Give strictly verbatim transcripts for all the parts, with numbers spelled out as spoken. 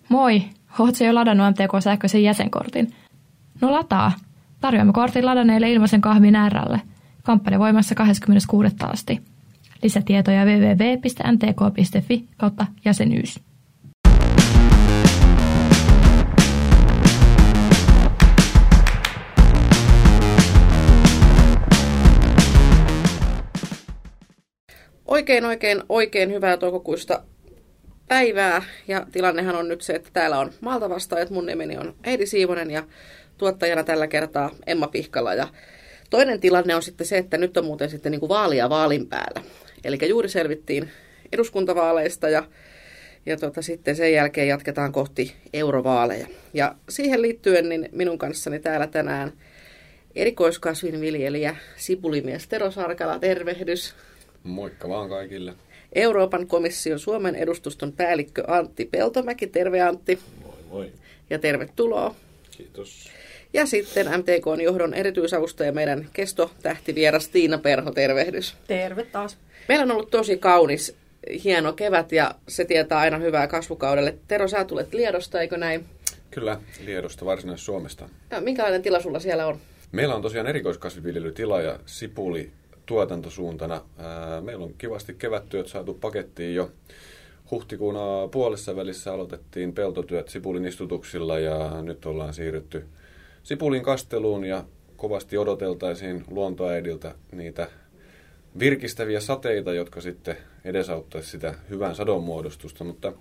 Moi! Ootko jo ladannut M T K-sähköisen jäsenkortin? No lataa! Tarjoamme kortin ladanneille ilmaisen kahvin R:lle. Kampanja voimassa kahdeskymmenes kuudetta asti. Lisätietoja double-u double-u double-u piste m t k piste f i kautta jäsenyys. Oikein, oikein, oikein hyvää toukokuista päivää. Ja tilannehan on nyt se, että täällä on Maalta vastaajat. Mun nimeni on Heidi Siivonen ja tuottajana tällä kertaa Emma Pihkala. Ja toinen tilanne on sitten se, että nyt on muuten sitten niin kuin vaalia vaalin päällä. Eli juuri selvittiin eduskuntavaaleista ja, ja tota, sitten sen jälkeen jatketaan kohti eurovaaleja. Ja siihen liittyen niin minun kanssani täällä tänään erikoiskasvinviljelijä, sipulimies Tero Sarkala, tervehdys. Moikka vaan kaikille. Euroopan komission Suomen edustuston päällikkö Antti Peltomäki. Terve Antti. Moi moi. Ja tervetuloa. Kiitos. Ja sitten M T K:n johdon erityisavustaja meidän kestotähtivieras Tiina Perho. Tervehdys. Terve taas. Meillä on ollut tosi kaunis, hieno kevät ja se tietää aina hyvää kasvukaudelle. Tero, sä tulet Liedosta, eikö näin? Kyllä, Liedosta, Varsinais-Suomesta. Ja minkälainen tila sulla siellä on? Meillä on tosiaan erikoiskasviviljelytila ja sipuli tuotantosuuntana. Meillä on kivasti kevättyöt saatu pakettiin jo. Huhtikuun puolessa välissä aloitettiin peltotyöt sipulin istutuksilla ja nyt ollaan siirrytty sipulin kasteluun ja kovasti odoteltaisiin luontoäidiltä niitä virkistäviä sateita, jotka sitten edesauttaisi sitä hyvän sadonmuodostusta, mutta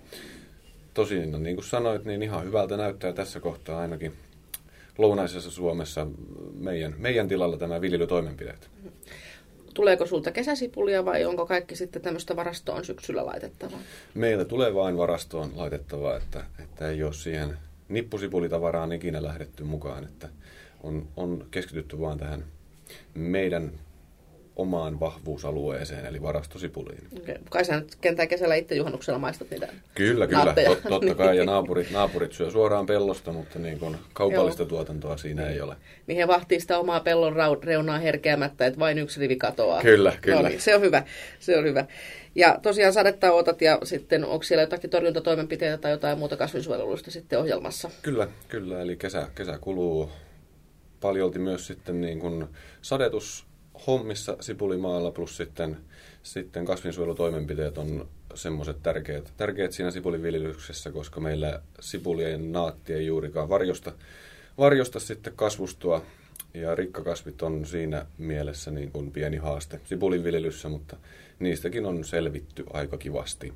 tosin, niin kuin sanoit, niin ihan hyvältä näyttää tässä kohtaa ainakin lounaisessa Suomessa meidän, meidän tilalla tämä viljelytoimenpiteet. Tuleeko sulta kesäsipulia vai onko kaikki sitten tämmöistä varastoon syksyllä laitettavaa? Meillä tulee vain varastoon laitettavaa, että, että ei ole siihen nippusipulitavaraan ikinä lähdetty mukaan, että on, on keskitytty vaan tähän meidän omaan vahvuusalueeseen, eli varastosipuliin. Okay. Kai sä nyt kentää kesällä itse juhannuksella maistat niitä Kyllä, kyllä. Tot, totta kai, ja naapurit, naapurit syö suoraan pellosta, mutta niin kuin kaupallista Joo. tuotantoa siinä ei ole. Niin he vahtii sitä omaa pellon reunaa herkeämättä, että vain yksi rivi katoaa. Kyllä, kyllä. No niin, se on hyvä, se on hyvä. Ja tosiaan sadetta otat, ja sitten onko siellä jotakin torjuntatoimenpiteitä tai jotain muuta kasvinsuojelullista sitten ohjelmassa? Kyllä, kyllä. Eli kesä, kesä kuluu paljolti myös sitten niin kuin sadetus hommissa sipulimaalla plus sitten, sitten kasvinsuojelutoimenpiteet on semmoiset tärkeät, tärkeät siinä sipuliviljelyksessä, koska meillä sipulien naatti ei juurikaan varjosta, varjosta sitten kasvustua ja rikkakasvit on siinä mielessä niin kuin pieni haaste sipulinviljelyssä, mutta niistäkin on selvitty aika kivasti.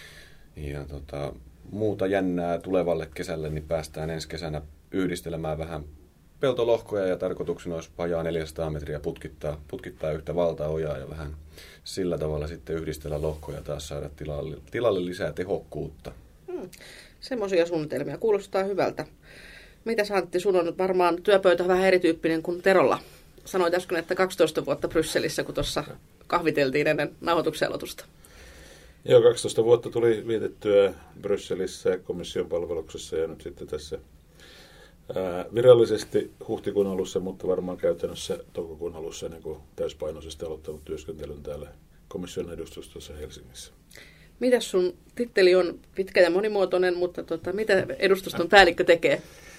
Ja tota, muuta jännää tulevalle kesälle, niin päästään ensi kesänä yhdistelemään vähän peltolohkoja ja tarkoituksena olisi vajaa neljäsataa metriä putkittaa, putkittaa yhtä valtaojaa ja vähän sillä tavalla sitten yhdistellä lohkoja taas saada tilalle, tilalle lisää tehokkuutta. Hmm. Semmoisia suunnitelmia. Kuulostaa hyvältä. Mitä sä, Antti, sun on varmaan työpöytä vähän erityyppinen kuin Terolla. Sanoit äsken, että kaksitoista vuotta Brysselissä, kun tuossa kahviteltiin ennen nauhoituksen aloitusta. Joo, kaksitoista vuotta tuli vietettyä Brysselissä komission palveluksessa ja nyt sitten tässä ää, virallisesti huhtikuun alussa, mutta varmaan käytännössä toukokuun alussa niin kuin täyspainoisesti aloittanut työskentelyn täällä komission edustustossa Helsingissä. Mitäs sun titteli on? Pitkä ja monimuotoinen, mutta tota, mitä edustuston päällikkö tekee?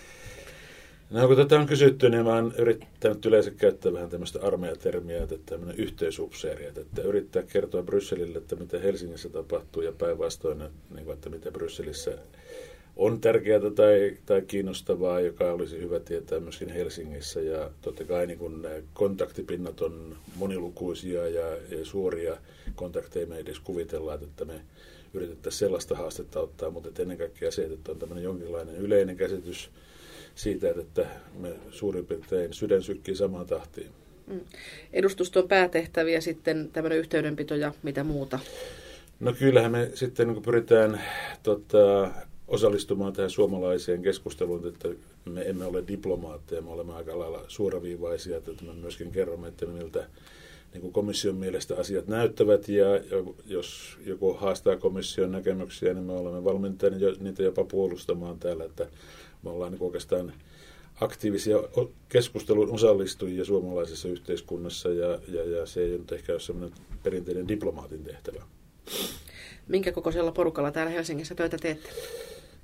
No kun tätä on kysytty, niin mä oon yrittänyt yleensä käyttää vähän tämmöistä armeijatermiä, että tämmöinen yhteysupseeri, että yrittää kertoa Brysselille, että mitä Helsingissä tapahtuu ja päinvastoin, niin että mitä Brysselissä on tärkeää tai, tai kiinnostavaa, joka olisi hyvä tietää myöskin Helsingissä. Ja totta kai niin kun kontaktipinnat on monilukuisia ja, ja suoria kontakteja me ei edes kuvitella, että me yritettäisiin sellaista haastetta ottaa, mutta ennen kaikkea se, että on tämmöinen jonkinlainen yleinen käsitys siitä, että me suurin piirtein sydän sykkii samaan tahtiin. Mm. Edustuston päätehtäviä sitten tämmöinen yhteydenpito ja mitä muuta? No kyllähän me sitten niin pyritään tota, osallistumaan tähän suomalaiseen keskusteluun, että me emme ole diplomaatteja, me olemme aika lailla suoraviivaisia, että me myöskin kerromme, että miltä niin kuin komission mielestä asiat näyttävät, ja jos joku haastaa komission näkemyksiä, niin me olemme valmiita niitä jopa puolustamaan täällä, että me ollaan niin oikeastaan aktiivisia keskustelun osallistujia suomalaisessa yhteiskunnassa, ja, ja, ja se ei nyt ehkä ole sellainen perinteinen diplomaatin tehtävä. Minkä kokoisella porukalla täällä Helsingissä töitä teette?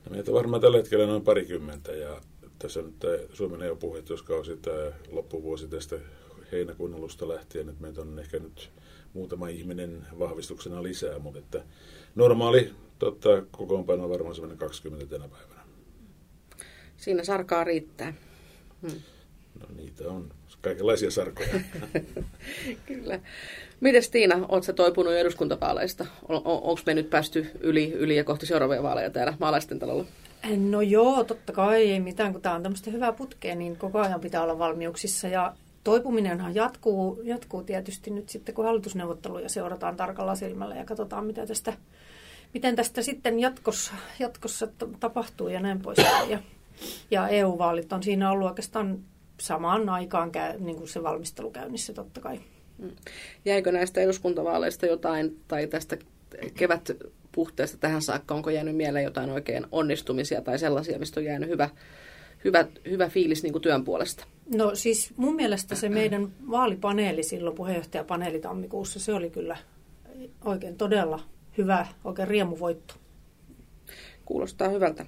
No, meitä on varmaan tällä hetkellä noin parikymmentä ja tässä on nyt tämä Suomen E U-puheenjohtajuuskausi tämä loppuvuosi tästä heinäkuun alusta lähtien, että meitä on ehkä nyt muutama ihminen vahvistuksena lisää, mutta että normaali totta, kokoonpano on varmaan sellainen kaksikymmentä tänä päivänä. Siinä sarkaa riittää. Hmm. No niitä on kaikenlaisia sarkoja. Kyllä. Mites Tiina, ootko sä toipunut jo eduskuntavaaleista? On, on, Onko me nyt päästy yli, yli ja kohti seuraavia vaaleja täällä Maalaisten talolla? No joo, totta kai ei mitään, kun tämä on tämmöistä hyvää putkea, niin koko ajan pitää olla valmiuksissa. Ja toipuminenhan jatkuu, jatkuu tietysti nyt sitten, kun hallitusneuvotteluja seurataan tarkalla silmällä ja katsotaan, mitä tästä, miten tästä sitten jatkossa, jatkossa tapahtuu ja näin poispäin. Ja, ja E U-vaalit on siinä ollut oikeastaan samaan aikaan käy, niin kuin se valmistelu käynnissä totta kai. Jäikö näistä eduskuntavaaleista jotain tai tästä kevätpuhteesta tähän saakka, onko jäänyt mieleen jotain oikein onnistumisia tai sellaisia, mistä on jäänyt hyvä, hyvä, hyvä fiilis niin kuin työn puolesta? No siis mun mielestä se meidän vaalipaneeli silloin, puheenjohtajapaneeli tammikuussa, se oli kyllä oikein todella hyvä, oikein riemuvoitto. Kuulostaa hyvältä.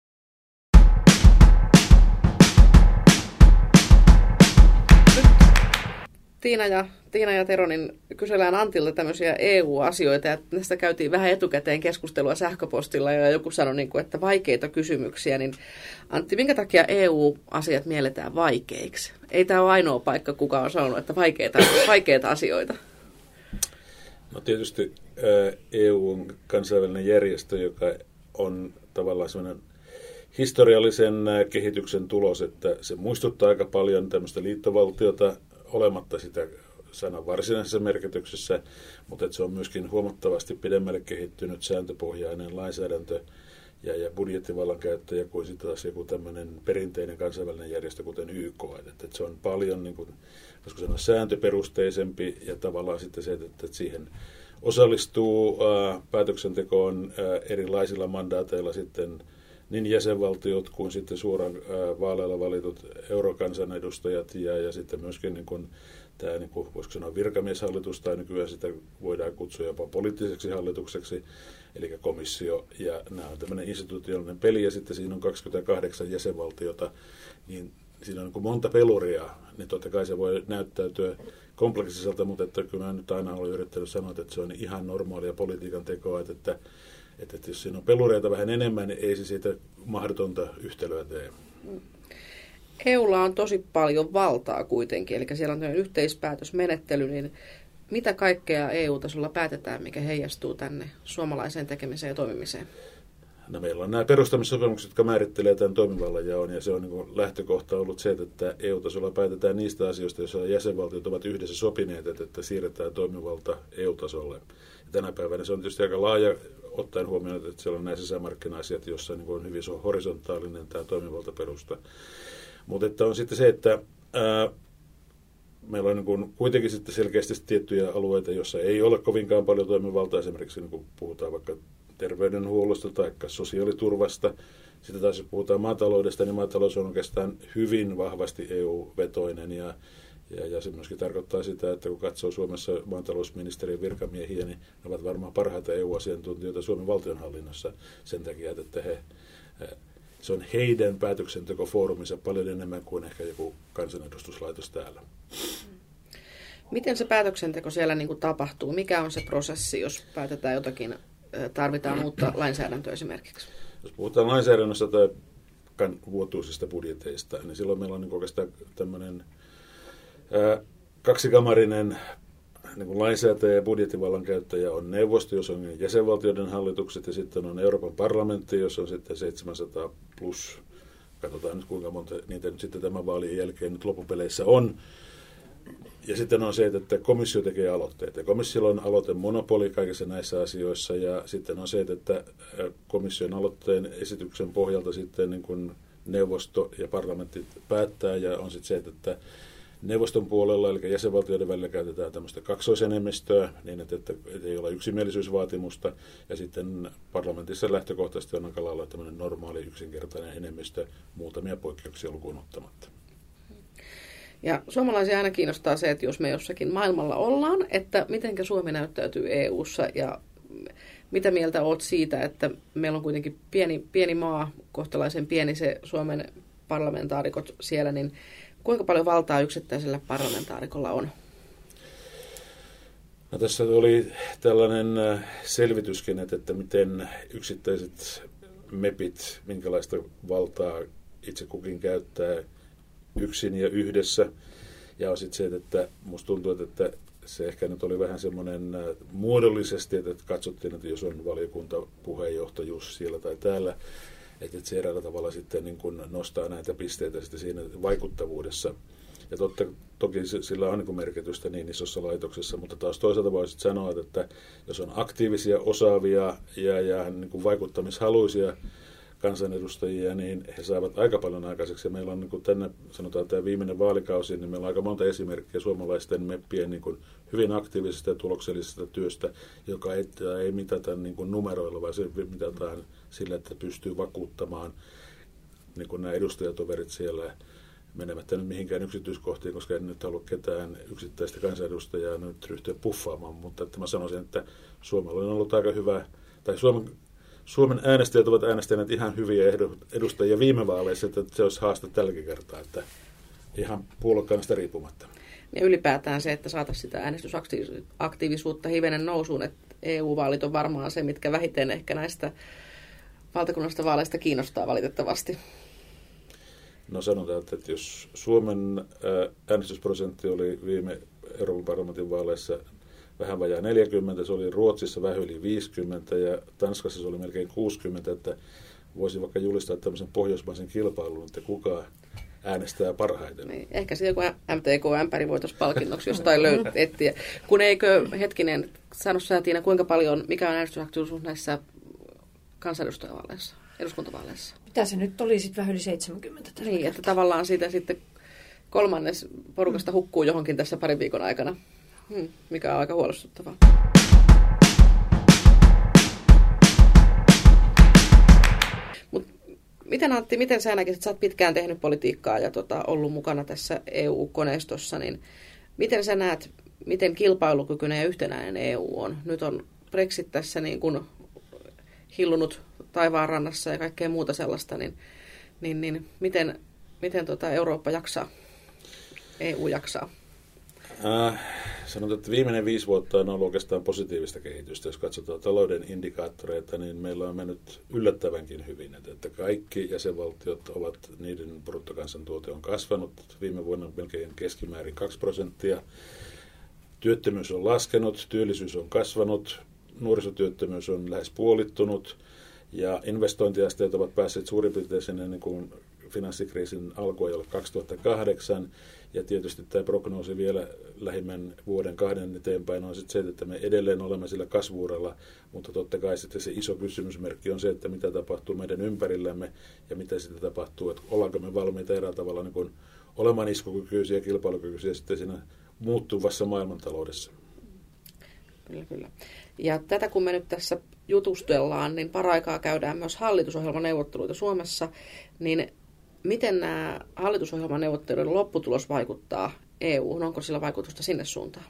Tiina ja, Tiina ja Tero, niin kysellään Antilta tämmöisiä E U-asioita, ja näistä käytiin vähän etukäteen keskustelua sähköpostilla, ja joku sanoi, niin kuin, että vaikeita kysymyksiä, niin Antti, minkä takia E U-asiat mielletään vaikeiksi? Ei tämä ole ainoa paikka, kuka on sanonut, että vaikeita, vaikeita asioita. No tietysti E U on kansainvälinen järjestö, joka on tavallaan sellainen historiallisen kehityksen tulos, että se muistuttaa aika paljon tämmöistä liittovaltiota, olematta sitä sanan varsinaisessa merkityksessä, mutta että se on myöskin huomattavasti pidemmälle kehittynyt sääntöpohjainen lainsäädäntö ja, ja budjettivallan käyttäjä kuin sitten taas joku tämmöinen perinteinen kansainvälinen järjestö, kuten Y K. Että, että se on paljon niin kuin, voisiko sanoa, sääntöperusteisempi ja tavallaan sitten se, että, että siihen osallistuu ää, päätöksentekoon ää, erilaisilla mandaateilla sitten niin jäsenvaltiot kuin sitten suoraan vaaleilla valitut eurokansanedustajat ja, ja sitten myöskin niin kuin tämä, niin kuin, voisiko sanoa, virkamieshallitus, tai nykyään sitä voidaan kutsua jopa poliittiseksi hallitukseksi, eli komissio, ja nämä on tämmöinen institutionaalinen peli, ja sitten siinä on kaksikymmentäkahdeksan jäsenvaltiota, niin siinä on niin kuin monta peluria, niin totta kai se voi näyttäytyä kompleksiselta, mutta että kyllä mä nyt aina olen yrittänyt sanoa, että se on ihan normaalia politiikan tekoa, että, että Että jos siinä on pelureita vähän enemmän, niin ei se siitä mahdotonta yhtälöä tee. E U:lla on tosi paljon valtaa kuitenkin, eli siellä on yhteispäätösmenettely, niin mitä kaikkea E U-tasolla päätetään, mikä heijastuu tänne suomalaiseen tekemiseen ja toimimiseen? No meillä on nämä perustamissopimukset, jotka määrittelee tämän toimivallan jaon, ja se on niin kuin lähtökohta ollut se, että E U-tasolla päätetään niistä asioista, joissa jäsenvaltiot ovat yhdessä sopineet, että siirretään toimivalta E U-tasolle. Ja tänä päivänä se on tietysti aika laaja, ottaen huomioon, että siellä on nämä sisämarkkina-asiat, joissa niin on hyvin horisontaalinen tämä toimivaltaperusta. Mutta että on sitten se, että ää, meillä on niin kuin kuitenkin sitten selkeästi tiettyjä alueita, joissa ei ole kovinkaan paljon toimivaltaa. Esimerkiksi niin kuin puhutaan vaikka terveydenhuollosta tai sosiaaliturvasta. Sitten taas jos puhutaan maataloudesta, niin maatalous on oikeastaan hyvin vahvasti E U-vetoinen ja Ja, ja se myöskin tarkoittaa sitä, että kun katsoo Suomessa maatalousministeriön virkamiehiä, niin ne ovat varmaan parhaita E U-asiantuntijoita Suomen valtionhallinnossa sen takia, että he, se on heidän päätöksentekofooruminsa paljon enemmän kuin ehkä joku kansanedustuslaitos täällä. Miten se päätöksenteko siellä niin kuin tapahtuu? Mikä on se prosessi, jos päätetään jotakin, tarvitaan uutta lainsäädäntöä esimerkiksi? Jos puhutaan lainsäädännössä tai vuotuisista budjeteista, niin silloin meillä on niin oikeastaan tämmöinen kaksikamarinen niin kuin lainsäätäjä ja budjettivallan käyttäjä on neuvosto, jos on jäsenvaltioiden hallitukset, ja sitten on Euroopan parlamentti, jos on sitten seitsemänsataa plus, katsotaan nyt kuinka monta niitä nyt sitten tämän vaalien jälkeen nyt loppupeleissä on. Ja sitten on se, että komissio tekee aloitteita. Komissiolla on aloitemonopoli kaikissa näissä asioissa, ja sitten on se, että komission aloitteen esityksen pohjalta sitten niin kuin neuvosto ja parlamentti päättää, ja on sitten se, että neuvoston puolella, eli jäsenvaltioiden välillä käytetään tämmöistä kaksoisenemmistöä, niin että, että ei ole yksimielisyysvaatimusta, ja sitten parlamentissa lähtökohtaisesti on aika lailla tämmöinen normaali yksinkertainen enemmistö, muutamia poikkeuksia lukuun ottamatta. Ja suomalaisia aina kiinnostaa se, että jos me jossakin maailmalla ollaan, että miten Suomi näyttäytyy E U:ssa ja mitä mieltä oot siitä, että meillä on kuitenkin pieni, pieni maa, kohtalaisen pieni se Suomen parlamentaarikot siellä, niin kuinka paljon valtaa yksittäisellä parlamentaarikolla on? No, tässä oli tällainen selvityskin, että miten yksittäiset mepit, minkälaista valtaa itse kukin käyttää yksin ja yhdessä. Ja sitten se, että musta tuntuu, että se ehkä nyt oli vähän semmoinen muodollisesti, että katsottiin, että jos on valiokuntapuheenjohtajuus siellä tai täällä, että se eräällä tavalla sitten niin kuin nostaa näitä pisteitä sitten siinä vaikuttavuudessa. Ja totta, toki sillä on niin kuin merkitystä niin isossa laitoksessa, mutta taas toisaalta voisit sanoa, että jos on aktiivisia, osaavia ja, ja niin kuin vaikuttamishaluisia kansanedustajia, niin he saavat aika paljon aikaiseksi. Ja meillä on niin kuin tänne, sanotaan tämä viimeinen vaalikausi, niin meillä on aika monta esimerkkiä suomalaisten meppien niin kuin hyvin aktiivisesta ja tuloksellisesta työstä, joka ei, ei mitata niin kuin numeroilla, vaan se mitataan sillä, että pystyy vakuuttamaan niin kuin nämä edustajatoverit siellä menemättä nyt mihinkään yksityiskohtiin, koska en nyt halua ketään yksittäistä kansanedustajaa nyt ryhtyä puffaamaan, mutta että mä sanoisin, että Suomella on ollut aika hyvä, tai Suomen, Suomen äänestäjät ovat äänestäneet ihan hyviä edustajia viime vaaleissa, että se olisi haaste tälläkin kertaa, että ihan puoluekannasta riippumatta. Ja ylipäätään se, että saataisiin sitä äänestysaktiivisuutta hivenen nousuun, että E U-vaalit on varmaan se, mitkä vähiten ehkä näistä valtakunnallisista vaaleista kiinnostaa valitettavasti. No sanotaan, että jos Suomen äänestysprosentti oli viime Euroopan parlamentin vaaleissa vähän vajaa neljäkymmentä, se oli Ruotsissa vähän yli viisikymmentä ja Tanskassa se oli melkein kuusikymmentä, että voisi vaikka julistaa tämmöisen pohjoismaisen kilpailun, että kuka äänestää parhaiten. Niin, ehkä se joku M T K-ämpäri voitaisiin palkinnoksi jostain löytää etsiä. Kun eikö, hetkinen, sano sä Tiina, kuinka paljon, mikä on äänestysaktiivisuus näissä kansanedustajavaaleissa, eduskuntavaaleissa? Mitä se nyt oli sitten vähän yli seitsemänkymmentä? Niin, kertaa. Että tavallaan siitä sitten kolmannes porukasta hukkuu johonkin tässä parin viikon aikana, hmm, mikä on aika huolestuttavaa. Mut miten Antti, miten sä näkisit, että sä oot pitkään tehnyt politiikkaa ja tota, ollut mukana tässä E U-koneistossa, niin miten sä näet, miten kilpailukykyinen ja yhtenäinen E U on? Nyt on Brexit tässä niin kuin hillunut taivaanrannassa ja kaikkea muuta sellaista, niin, niin, niin miten, miten tota Eurooppa jaksaa, E U jaksaa? Äh, sanotaan, että viimeinen viisi vuotta on ollut oikeastaan positiivista kehitystä. Jos katsotaan talouden indikaattoreita, niin meillä on mennyt yllättävänkin hyvin. Että kaikki jäsenvaltiot ovat, niiden bruttokansantuote on kasvanut viime vuonna melkein keskimäärin kaksi prosenttia. Työttömyys on laskenut, työllisyys on kasvanut, nuorisotyöttömyys on lähes puolittunut ja investointiasteet ovat päässeet suurin piirtein sinne niin kuin finanssikriisin alkuajalle kaksituhattakahdeksan. Ja tietysti tämä prognoosi vielä lähimmän vuoden kahden eteenpäin on sitten se, että me edelleen olemme sillä kasvu-uralla, mutta totta kai sitten se iso kysymysmerkki on se, että mitä tapahtuu meidän ympärillämme ja mitä sitten tapahtuu, että ollaanko me valmiita eräällä tavalla niin kuin olemaan iskukykyisiä ja kilpailukykyisiä sitten siinä muuttuvassa maailmantaloudessa. Kyllä, kyllä. Ja tätä kun me nyt tässä jutustellaan, niin paraikaa käydään myös hallitusohjelmaneuvotteluita Suomessa, niin miten nämä hallitusohjelmaneuvotteluiden lopputulos vaikuttaa E U:hun? Onko sillä vaikutusta sinne suuntaan?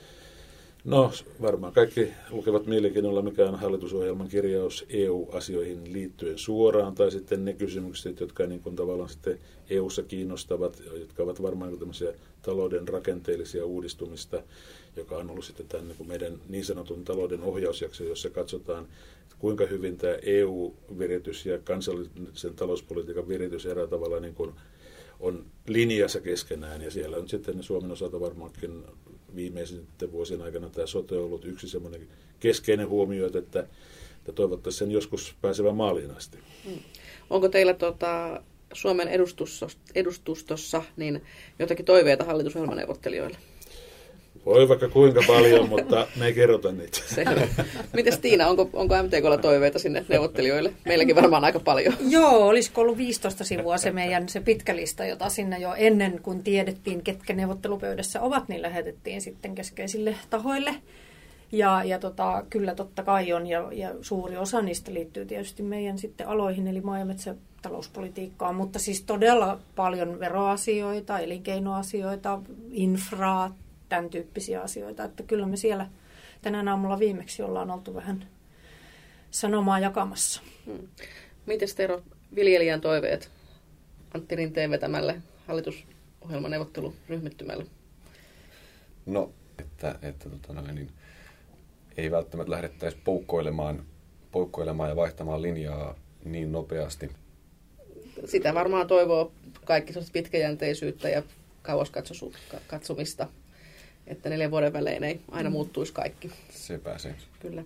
No varmaan kaikki lukevat mielenkiinnolla, mikä on hallitusohjelman kirjaus E U-asioihin liittyen suoraan, tai sitten ne kysymykset, jotka niin kuin tavallaan sitten E U:ssa kiinnostavat, jotka ovat varmaan tämmöisiä talouden rakenteellisia uudistumista, joka on ollut sitten tämän niin kuin meidän niin sanotun talouden ohjausjakso, jossa katsotaan, kuinka hyvin tämä E U-viritys ja kansallisen talouspolitiikan viritys erää tavalla niin kuin on linjassa keskenään. Ja siellä on sitten Suomen osalta varmaankin viimeisen vuosien aikana tämä sote on ollut yksi semmoinen keskeinen huomio, että, että toivottavasti sen joskus pääsevän maaliin asti. Hmm. Onko teillä tuota, Suomen edustustossa niin jotakin toiveita hallitusohjelmaneuvottelijoille? Voi vaikka kuinka paljon, mutta me ei kerrota niitä. Mites Tiina, onko, onko M T K:lla toiveita sinne neuvottelijoille? Meilläkin varmaan aika paljon. Joo, olisiko ollut viisitoista sivua se meidän se pitkä lista, jota sinne jo ennen kuin tiedettiin, ketkä neuvottelupöydässä ovat, niin lähetettiin sitten keskeisille tahoille. Ja, ja tota, kyllä totta kai on, ja, ja suuri osa niistä liittyy tietysti meidän sitten aloihin, eli maa- ja metsätalouspolitiikkaan, mutta siis todella paljon veroasioita, elinkeinoasioita, infraa, tämän tyyppisiä asioita, että kyllä me siellä, Tänään aamulla viimeksi ollaan oltu vähän sanomaa jakamassa. Hmm. Mites Tero, viljelijän toiveet Antti Rinteen vetämälle hallitusohjelmaneuvotteluryhmittymälle? No, että, että tota noin, niin ei välttämättä lähdettäisi poukkoilemaan, poukkoilemaan ja vaihtamaan linjaa niin nopeasti. Sitä varmaan toivoo kaikki sellaista pitkäjänteisyyttä ja kauas katsomista, että neljän vuoden välein ei aina mm. muuttuisi kaikki. Se pääsee. Kyllä.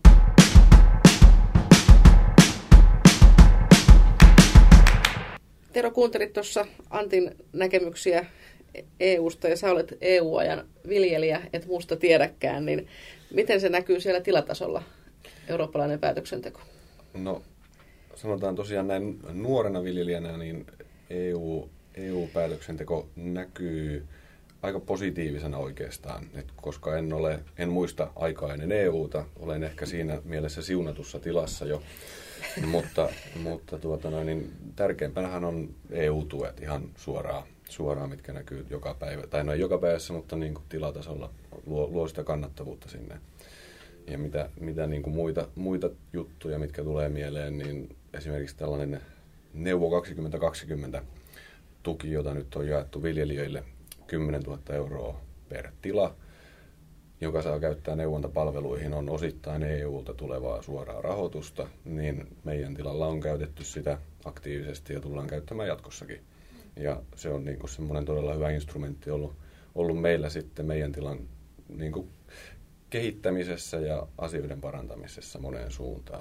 Tero, kuuntelit tuossa Antin näkemyksiä E U:sta ja sä olet E U-ajan viljelijä, et muusta tiedäkään, niin miten se näkyy siellä tilatasolla, eurooppalainen päätöksenteko? No, sanotaan tosiaan näin nuorena viljelijänä, niin E U, E U-päätöksenteko näkyy aika positiivisena oikeastaan, et koska en, ole, en muista aikaa ennen E U:ta, olen ehkä siinä mielessä siunatussa tilassa jo, mutta, mutta tuota noin, niin tärkeimpänähän on E U-tuet ihan suoraan, suoraan, mitkä näkyy joka päivä, tai no ei joka päivässä, mutta niin kuin tilatasolla luo, luo sitä kannattavuutta sinne. Ja mitä, mitä niin kuin muita, muita juttuja, mitkä tulee mieleen, niin esimerkiksi tällainen Neuvo kaksituhattakaksikymmentä tuki, jota nyt on jaettu viljelijöille kymmenentuhatta euroa per tila, joka saa käyttää neuvontapalveluihin, on osittain E U:lta tulevaa suoraa rahoitusta, niin meidän tilalla on käytetty sitä aktiivisesti ja tullaan käyttämään jatkossakin. Ja se on niin kuin semmoinen todella hyvä instrumentti ollut, ollut meillä sitten meidän tilan niin kuin kehittämisessä ja asioiden parantamisessa moneen suuntaan.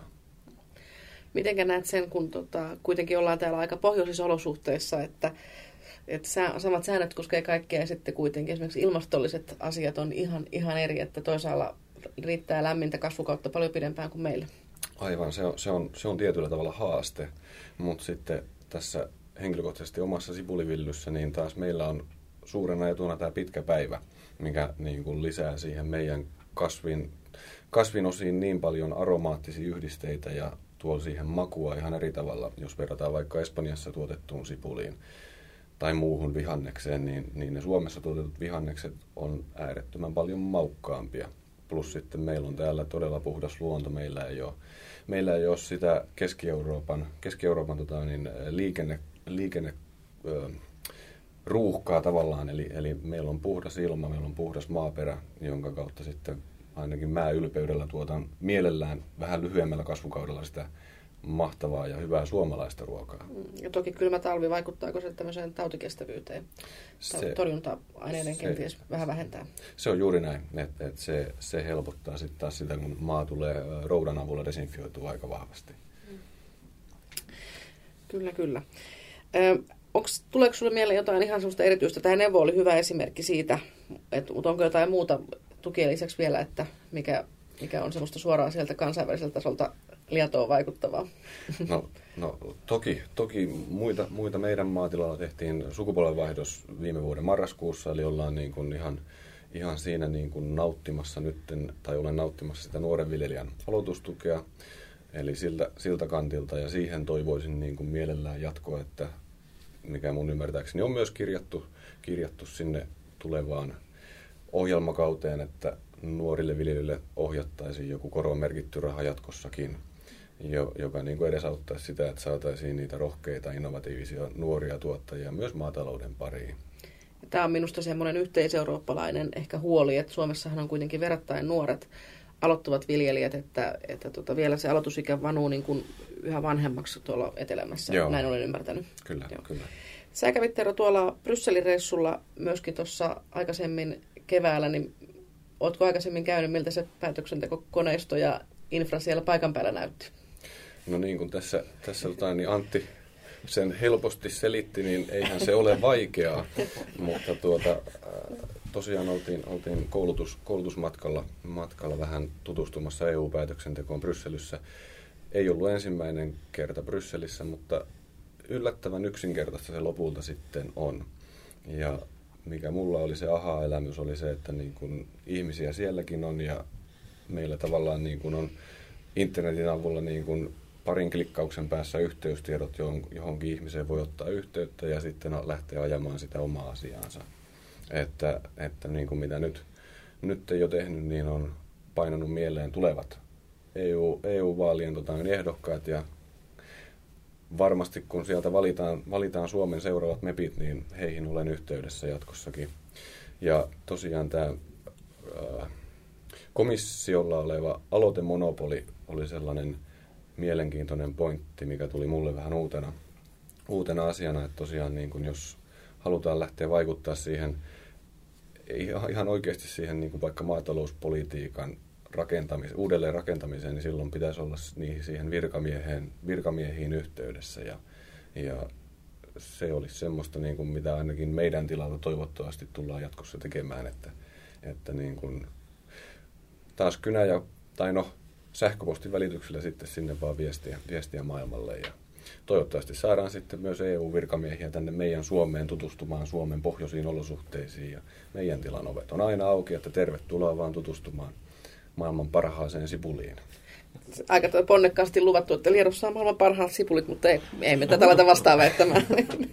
Mitenkä näet sen, kun tota, kuitenkin ollaan täällä aika pohjoisissa olosuhteissa, että, että sä, samat säännöt koskee kaikkea ja sitten kuitenkin esimerkiksi ilmastolliset asiat on ihan, ihan eri, että toisaalla riittää lämmintä kasvukautta paljon pidempään kuin meillä. Aivan, se on, se on, se on tietyllä tavalla haaste, mutta sitten tässä henkilökohtaisesti omassa sipulivillyssä, niin taas meillä on suurena etuna tämä pitkä päivä, mikä niin kuin lisää siihen meidän kasvin, kasvinosiin niin paljon aromaattisia yhdisteitä ja tuo siihen makua ihan eri tavalla. Jos verrataan vaikka Espanjassa tuotettuun sipuliin tai muuhun vihannekseen, niin, niin ne Suomessa tuotetut vihannekset on äärettömän paljon maukkaampia. Plus sitten meillä on täällä todella puhdas luonto. Meillä ei ole, meillä ei ole sitä Keski-Euroopan, Keski-Euroopan tota, niin, liikenne, liikenne ö, ruuhkaa tavallaan. Eli, eli meillä on puhdas ilma, meillä on puhdas maaperä, jonka kautta sitten ainakin mä ylpeydellä tuotan mielellään vähän lyhyemmällä kasvukaudella sitä mahtavaa ja hyvää suomalaista ruokaa. Ja toki kylmä talvi, vaikuttaako se tämmöiseen tautikestävyyteen? Se, torjunta-aineiden kenties vähän vähentää. Se on juuri näin, että et se, se helpottaa sitten taas sitä, kun maa tulee roudan avulla desinfioitua aika vahvasti. Kyllä, kyllä. Ö, onks, tuleeko sinulle mieleen jotain ihan sellaista erityistä? Tämä Neuvo oli hyvä esimerkki siitä, että, mutta onko jotain muuta tukien lisäksi vielä, että mikä, mikä on semmoista suoraan sieltä kansainväliseltä tasolta liatoon vaikuttavaa? No, no toki, toki muita, muita meidän maatilalla tehtiin sukupolvenvaihdos viime vuoden marraskuussa, eli ollaan niin kuin ihan, ihan siinä niin kuin nauttimassa nytten, tai olen nauttimassa sitä nuoren viljelijän aloitustukea, eli siltä, siltä kantilta, ja siihen toivoisin niin kuin mielellään jatkoa, että mikä mun ymmärtääkseni on myös kirjattu, kirjattu sinne tulevaan ohjelmakauteen, että nuorille viljelijöille ohjattaisiin joku korvamerkitty raha jatkossakin, joka niin kuin edesauttaisi sitä, että saataisiin niitä rohkeita, innovatiivisia nuoria tuottajia myös maatalouden pariin. Tämä on minusta semmoinen yhteiseurooppalainen ehkä huoli, että Suomessahan on kuitenkin verrattain nuoret aloittavat viljelijät, että, että tota, vielä se aloitusikä vanuu niin kuin yhä vanhemmaksi tuolla etelämässä. Joo. Näin olen ymmärtänyt. Kyllä, Joo. kyllä. Sä kävit, Tero, tuolla Brysselin reissulla myöskin tuossa aikaisemmin keväällä, niin ootko aikaisemmin käynyt, miltä se päätöksentekokoneisto ja infra siellä paikan päällä näytti? No niin kuin tässä, tässä tota, niin Antti sen helposti selitti, niin eihän se ole vaikeaa, mutta tuota, tosiaan oltiin, oltiin koulutus, koulutusmatkalla matkalla vähän tutustumassa E U-päätöksentekoon Brysselissä. Ei ollut ensimmäinen kerta Brysselissä, mutta yllättävän yksinkertaista se lopulta sitten on. Ja mikä mulla oli se aha-elämys, oli se, että niin kun ihmisiä sielläkin on ja meillä tavallaan niin kun on internetin avulla niin kun parin klikkauksen päässä yhteystiedot, johonkin ihmiseen voi ottaa yhteyttä ja sitten lähteä ajamaan sitä omaa asiaansa. Että, että niin kuin mitä nyt, nyt ei ole tehnyt, niin on painanut mieleen tulevat E U, E U-vaalien tota, ehdokkaat ja varmasti kun sieltä valitaan, valitaan Suomen seuraavat mepit, niin heihin olen yhteydessä jatkossakin. Ja tosiaan tämä ää, komissiolla oleva aloitemonopoli oli sellainen mielenkiintoinen pointti, mikä tuli mulle vähän uutena, uutena asiana, että tosiaan niin kun jos halutaan lähteä vaikuttaa siihen, ihan oikeasti siihen niin kuin vaikka maatalouspolitiikan rakentamiseen, uudelleen rakentamiseen, niin silloin pitäisi olla niihin, siihen virkamieheen, virkamiehiin yhteydessä. Ja, ja se olisi semmoista, niin kuin mitä ainakin meidän tilalla toivottavasti tullaan jatkossa tekemään, että, että niin kuin taas kynä ja, tai no, sähköpostin välityksellä sitten sinne vaan viestiä, viestiä maailmalle. Ja toivottavasti saadaan sitten myös E U-virkamiehiä tänne meidän Suomeen tutustumaan Suomen pohjoisiin olosuhteisiin. Ja meidän tilan ovet on aina auki, että tervetuloa vaan tutustumaan maailman parhaaseen sipuliin. Aika ponnekkaasti luvattu, että Liedossa on maailman parhaat sipulit, mutta ei, ei me tätä laita vastaan väittämään.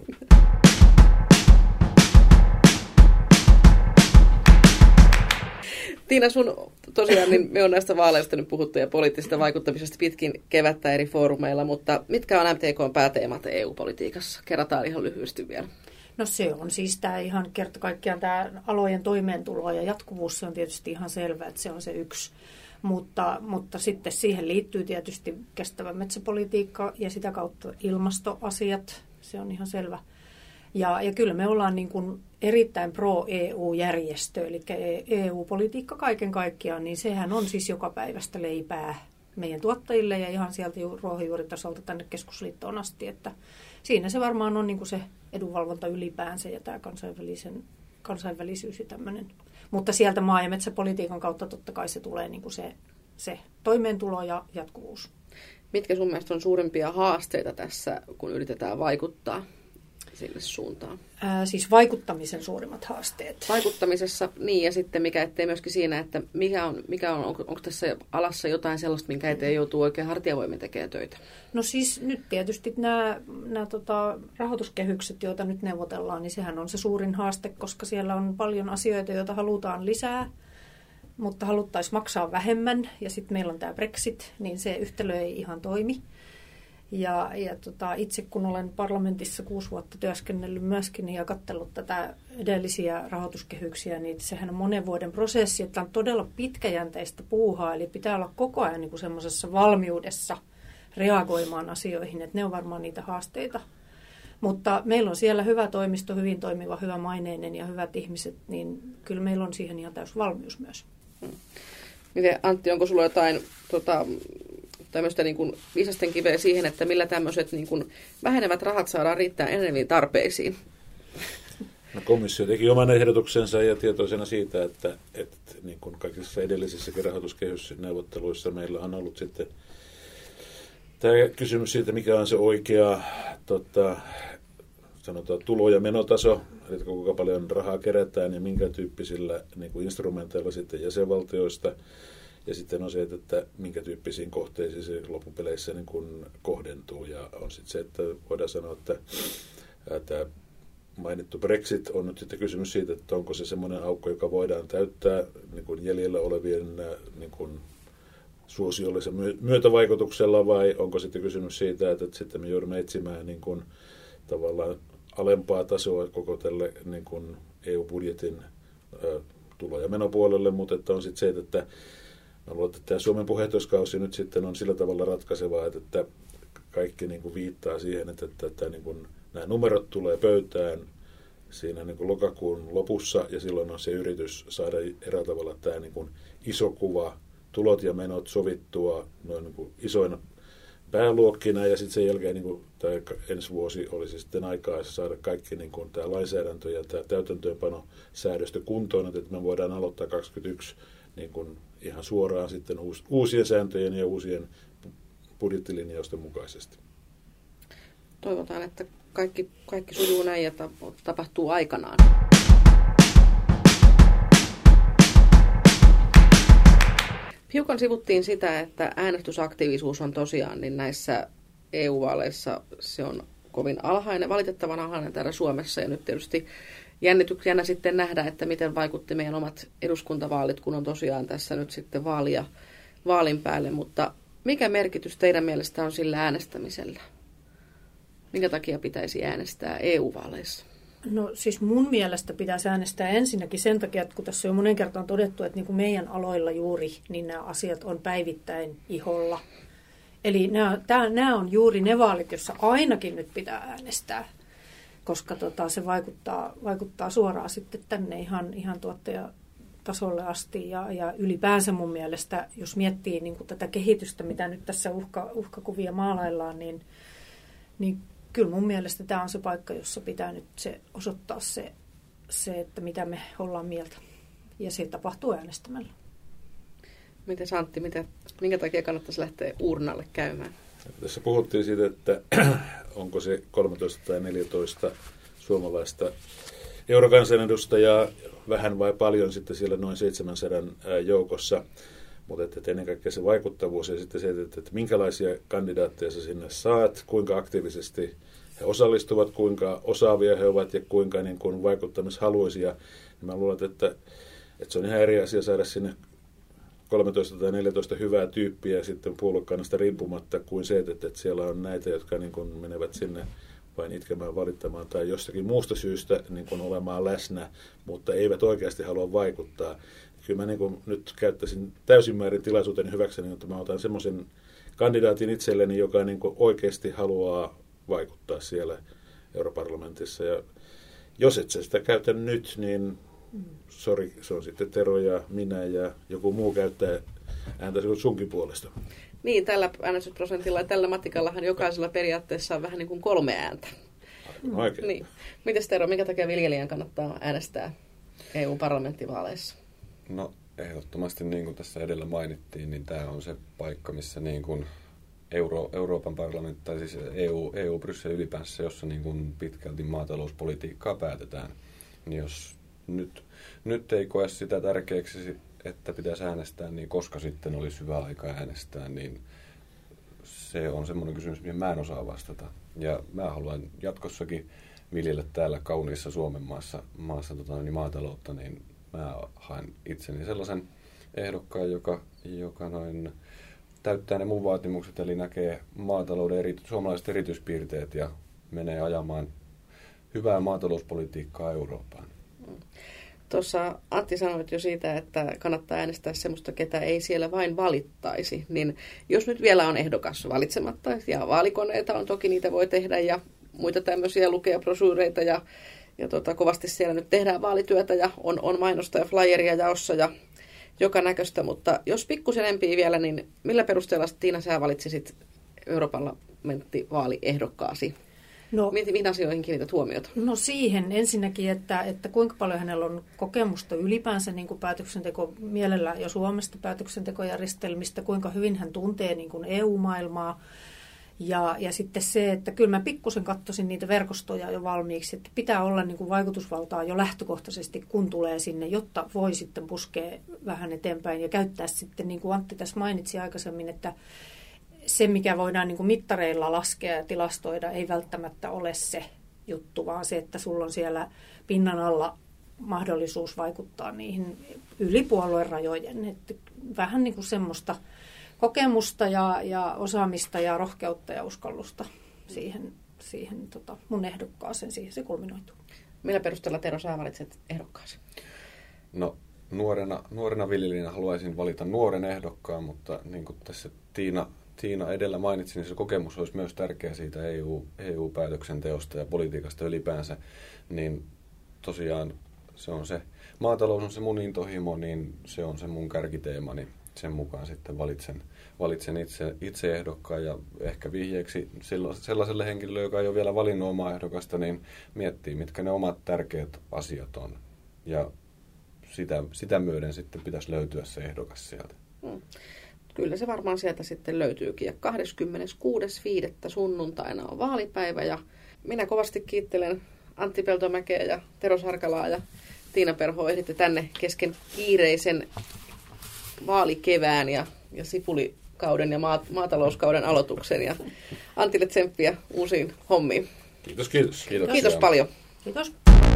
Tiina, sun tosiaan, niin me on näistä vaaleista nyt puhuttu ja poliittisesta vaikuttamisesta pitkin kevättä eri foorumeilla, mutta mitkä on M T K:n pääteemat E U-politiikassa? Kerrataan ihan lyhyesti vielä. No se on siis tämä ihan kerta kaikkiaan tämä alojen toimeentulo ja jatkuvuus, se on tietysti ihan selvä, että se on se yksi. Mutta, mutta sitten siihen liittyy tietysti kestävä metsäpolitiikka ja sitä kautta ilmastoasiat, se on ihan selvä. Ja, ja kyllä me ollaan niin kuin erittäin pro-E U-järjestö, eli E U-politiikka kaiken kaikkiaan, niin sehän on siis joka päivästä leipää meidän tuottajille ja ihan sieltä ruohonjuuritasolta tänne keskusliittoon asti, että siinä se varmaan on niin kuin se edunvalvonta ylipäänsä ja tämä kansainvälisen, kansainvälisyys ja tämmöinen. Mutta sieltä maa- ja metsäpolitiikan kautta totta kai se tulee niin kuin se, se toimeentulo ja jatkuvuus. Mitkä sun mielestä on suurimpia haasteita tässä, kun yritetään vaikuttaa sille suuntaan? Ää, siis vaikuttamisen suurimmat haasteet. Vaikuttamisessa, niin, ja sitten mikä ettei myöskin siinä, että mikä on, mikä on onko, onko tässä alassa jotain sellaista, minkä eteen joutuu oikein hartiavoimin tekemään töitä? No siis nyt tietysti nämä, nämä tota, rahoituskehykset, joita nyt neuvotellaan, niin sehän on se suurin haaste, koska siellä on paljon asioita, joita halutaan lisää, mutta haluttaisiin maksaa vähemmän, ja sitten meillä on tämä Brexit, niin se yhtälö ei ihan toimi. Ja, ja tota, itse kun olen parlamentissa kuusi vuotta työskennellyt myöskin ja katsellut tätä edellisiä rahoituskehyksiä, niin sehän on monen vuoden prosessi, että on todella pitkäjänteistä puuhaa, eli pitää olla koko ajan niin kuin semmoisessa valmiudessa reagoimaan asioihin, että ne on varmaan niitä haasteita. Mutta meillä on siellä hyvä toimisto, hyvin toimiva, hyvä maineinen ja hyvät ihmiset, niin kyllä meillä on siihen ihan täys valmius myös. Miten, Antti, onko sulla jotain tota, tämmöistä niin kuin viisasten kiveä siihen, että millä tämmöiset niin kuin vähenevät rahat saadaan riittää eneneviin tarpeisiin? No, komissio teki oman ehdotuksensa ja tietoisena siitä, että, että niin kuin kaikissa edellisissäkin rahoituskehysneuvotteluissa meillä on ollut sitten tämä kysymys siitä, mikä on se oikea tota, sanotaan, tulo- ja menotaso, eli kuinka paljon rahaa kerätään ja minkä tyyppisillä niin kuin instrumenteilla sitten jäsenvaltioista. Ja sitten on se, että, että minkä tyyppisiin kohteisiin se loppupeleissä niin kuin kohdentuu. Ja on sitten se, että voidaan sanoa, että tämä mainittu Brexit on nyt sitten kysymys siitä, että onko se semmoinen aukko, joka voidaan täyttää niin kuin jäljellä olevien niin kuin suosiollisen myötävaikutuksella, vai onko sitten kysymys siitä, että, että sitten me joudumme etsimään niin kuin tavallaan alempaa tasoa koko tälle niin kuin E U-budjetin ä, tulo- ja menopuolelle, mutta että on sitten se, että mä luulen, että tämä Suomen puheenjohtajuuskausi nyt sitten on sillä tavalla ratkaisevaa, että, että kaikki niin kuin viittaa siihen, että, että, että niin kuin nämä numerot tulee pöytään siinä niin kuin lokakuun lopussa, ja silloin on se yritys saada eräällä tavalla tämä niin kuin iso kuva, tulot ja menot sovittua noin niin kuin isoina pääluokkina, ja sitten sen jälkeen niin kuin tämä ensi vuosi olisi sitten aikaa saada kaikki niin kuin tämä lainsäädäntö ja tämä täytäntöönpanosäädöstö kuntoon, että me voidaan aloittaa kaksikymmentäyksi niin kuin ihan suoraan sitten uusien sääntöjen ja uusien budjettilinjausten mukaisesti. Toivotaan, että kaikki, kaikki sujuu näin ja tapahtuu aikanaan. Hiukan sivuttiin sitä, että äänestysaktiivisuus on tosiaan, niin näissä E U-vaaleissa se on kovin alhainen, valitettavan alhainen täällä Suomessa. Ja nyt tietysti jännityksellä sitten nähdä, että miten vaikutti meidän omat eduskuntavaalit, kun on tosiaan tässä nyt sitten vaalia vaalin päälle. Mutta mikä merkitys teidän mielestä on sillä äänestämisellä? Minkä takia pitäisi äänestää E U-vaaleissa? No siis mun mielestä pitäisi äänestää ensinnäkin sen takia, että kun tässä on monen kertaan todettu, että niin kuin meidän aloilla juuri, niin nämä asiat on päivittäin iholla. Eli nämä, tämä, nämä on juuri ne vaalit, joissa ainakin nyt pitää äänestää, koska tota, se vaikuttaa, vaikuttaa suoraan sitten tänne ihan, ihan tuottajatasolle asti. Ja, ja ylipäänsä mun mielestä, jos miettii niin kuin tätä kehitystä, mitä nyt tässä uhka, uhkakuvia maalaillaan, niin, niin kyllä mun mielestä tämä on se paikka, jossa pitää nyt se osoittaa se, se, että mitä me ollaan mieltä. Ja se tapahtuu äänestämällä. Miten Antti, mitä, minkä takia kannattaisi lähteä uurnalle käymään? Tässä puhuttiin siitä, että onko se kolmetoista tai neljätoista suomalaista eurokansanedustajaa vähän vai paljon sitten siellä noin seitsemänsadan joukossa. Mutta että ennen kaikkea se vaikuttavuus ja sitten se, että, että minkälaisia kandidaatteja sä sinne saat, kuinka aktiivisesti he osallistuvat, kuinka osaavia he ovat ja kuinka niin kuin vaikuttamishaluisia. Mä luulen, että, että se on ihan eri asia saada sinne kolmetoista tai neljätoista hyvää tyyppiä ja sitten puoluekannasta riippumatta kuin se, että, että siellä on näitä, jotka niin kuin menevät sinne vain itkemään, valittamaan tai jostakin muusta syystä niin kuin olemaan läsnä, mutta eivät oikeasti halua vaikuttaa. Kyllä mä niin kuin nyt käyttäisin täysin määrin tilaisuuteni hyväkseni, että mä otan semmoisen kandidaatin itselleni, joka niin kuin oikeasti haluaa vaikuttaa siellä europarlamentissa. Ja jos et sä sitä käytä nyt, niin sori, se on sitten Tero ja minä ja joku muu käyttää ääntä sunkin puolesta. Niin, tällä äänestysprosentilla ja tällä matikallahan jokaisella periaatteessa on vähän niin kuin kolme ääntä. Oikein. Niin. Mites Tero, minkä takia viljelijän kannattaa äänestää E U-parlamenttivaaleissa? No ehdottomasti, niin kuin tässä edellä mainittiin, niin tämä on se paikka, missä niin kuin Euro, Euroopan parlamentti, tai siis E U, E U Bryssel ylipäänsä, jossa niin kuin pitkälti maatalouspolitiikkaa päätetään. Niin jos nyt, nyt ei koe sitä tärkeäksi, että pitäisi äänestää, niin koska sitten olisi hyvä aika äänestää, niin se on semmoinen kysymys, mihin mä en osaa vastata. Ja mä haluan jatkossakin viljellä täällä kauniissa Suomen maassa, maassa tota, niin maataloutta, niin mä haen itseni sellaisen ehdokkaan, joka, joka noin täyttää ne mun vaatimukset, eli näkee maatalouden eri, suomalaiset erityispiirteet ja menee ajamaan hyvää maatalouspolitiikkaa Eurooppaan. Tuossa Antti sanoit jo siitä, että kannattaa äänestää semmoista, ketä ei siellä vain valittaisi. Niin jos nyt vielä on ehdokas valitsematta, ja vaalikoneita on toki, niitä voi tehdä, ja muita tämmöisiä lukea brosuureita, ja, ja tota, kovasti siellä nyt tehdään vaalityötä, ja on, on mainosta ja flyeria jaossa, ja joka näköistä. Mutta jos pikkusen empii vielä, niin millä perusteella Tiina sä valitsisit Euroopan parlamenttivaaliehdokkaasi? No, mihin asioihin kiinnität huomiota? No siihen ensinnäkin, että, että kuinka paljon hänellä on kokemusta ylipäänsä niin kuin päätöksenteko mielellä ja Suomesta päätöksentekojärjestelmistä, kuinka hyvin hän tuntee niin kuin E U-maailmaa. Ja, ja sitten se, että kyllä mä pikkusen katsoisin niitä verkostoja jo valmiiksi, että pitää olla niin kuin vaikutusvaltaa jo lähtökohtaisesti, kun tulee sinne, jotta voi sitten puskea vähän eteenpäin ja käyttää sitten, niin kuin Antti tässä mainitsi aikaisemmin, että se, mikä voidaan niin kuin mittareilla laskea ja tilastoida, ei välttämättä ole se juttu, vaan se, että sulla on siellä pinnan alla mahdollisuus vaikuttaa niihin yli puolueen rajojen. Että vähän niin kuin semmoista kokemusta ja, ja osaamista ja rohkeutta ja uskallusta siihen, siihen tota mun ehdokkaaseen, siihen se kulminoituu. Millä perusteella Tero sä valitset ehdokkaasi? No nuorena, nuorena viljelijänä haluaisin valita nuoren ehdokkaan, mutta niin kuin tässä Tiina Tiina edellä mainitsi, niin se kokemus olisi myös tärkeä siitä E U, E U-päätöksenteosta ja politiikasta ylipäänsä, niin tosiaan se on se, maatalous on se mun intohimo, niin se on se mun kärkiteema, niin sen mukaan sitten valitsen, valitsen itse, itse ehdokkaan ja ehkä vihjeeksi sellaiselle henkilölle, joka ei ole vielä valinnut omaa ehdokasta, niin miettii, mitkä ne omat tärkeät asiat on ja sitä, sitä myöden sitten pitäisi löytyä se ehdokas sieltä. Hmm. Kyllä se varmaan sieltä sitten löytyykin. Ja kahdeskymmeneskuudes viidettä sunnuntaina on vaalipäivä ja minä kovasti kiittelen Antti Peltomäkeä ja Tero Sarkalaa ja Tiina Perho ehditte tänne kesken kiireisen vaalikevään ja, ja sipulikauden ja maa, maatalouskauden aloituksen. Ja Antille tsemppiä uusiin hommiin. Kiitos, kiitos. Kiitos, kiitos paljon. Kiitos.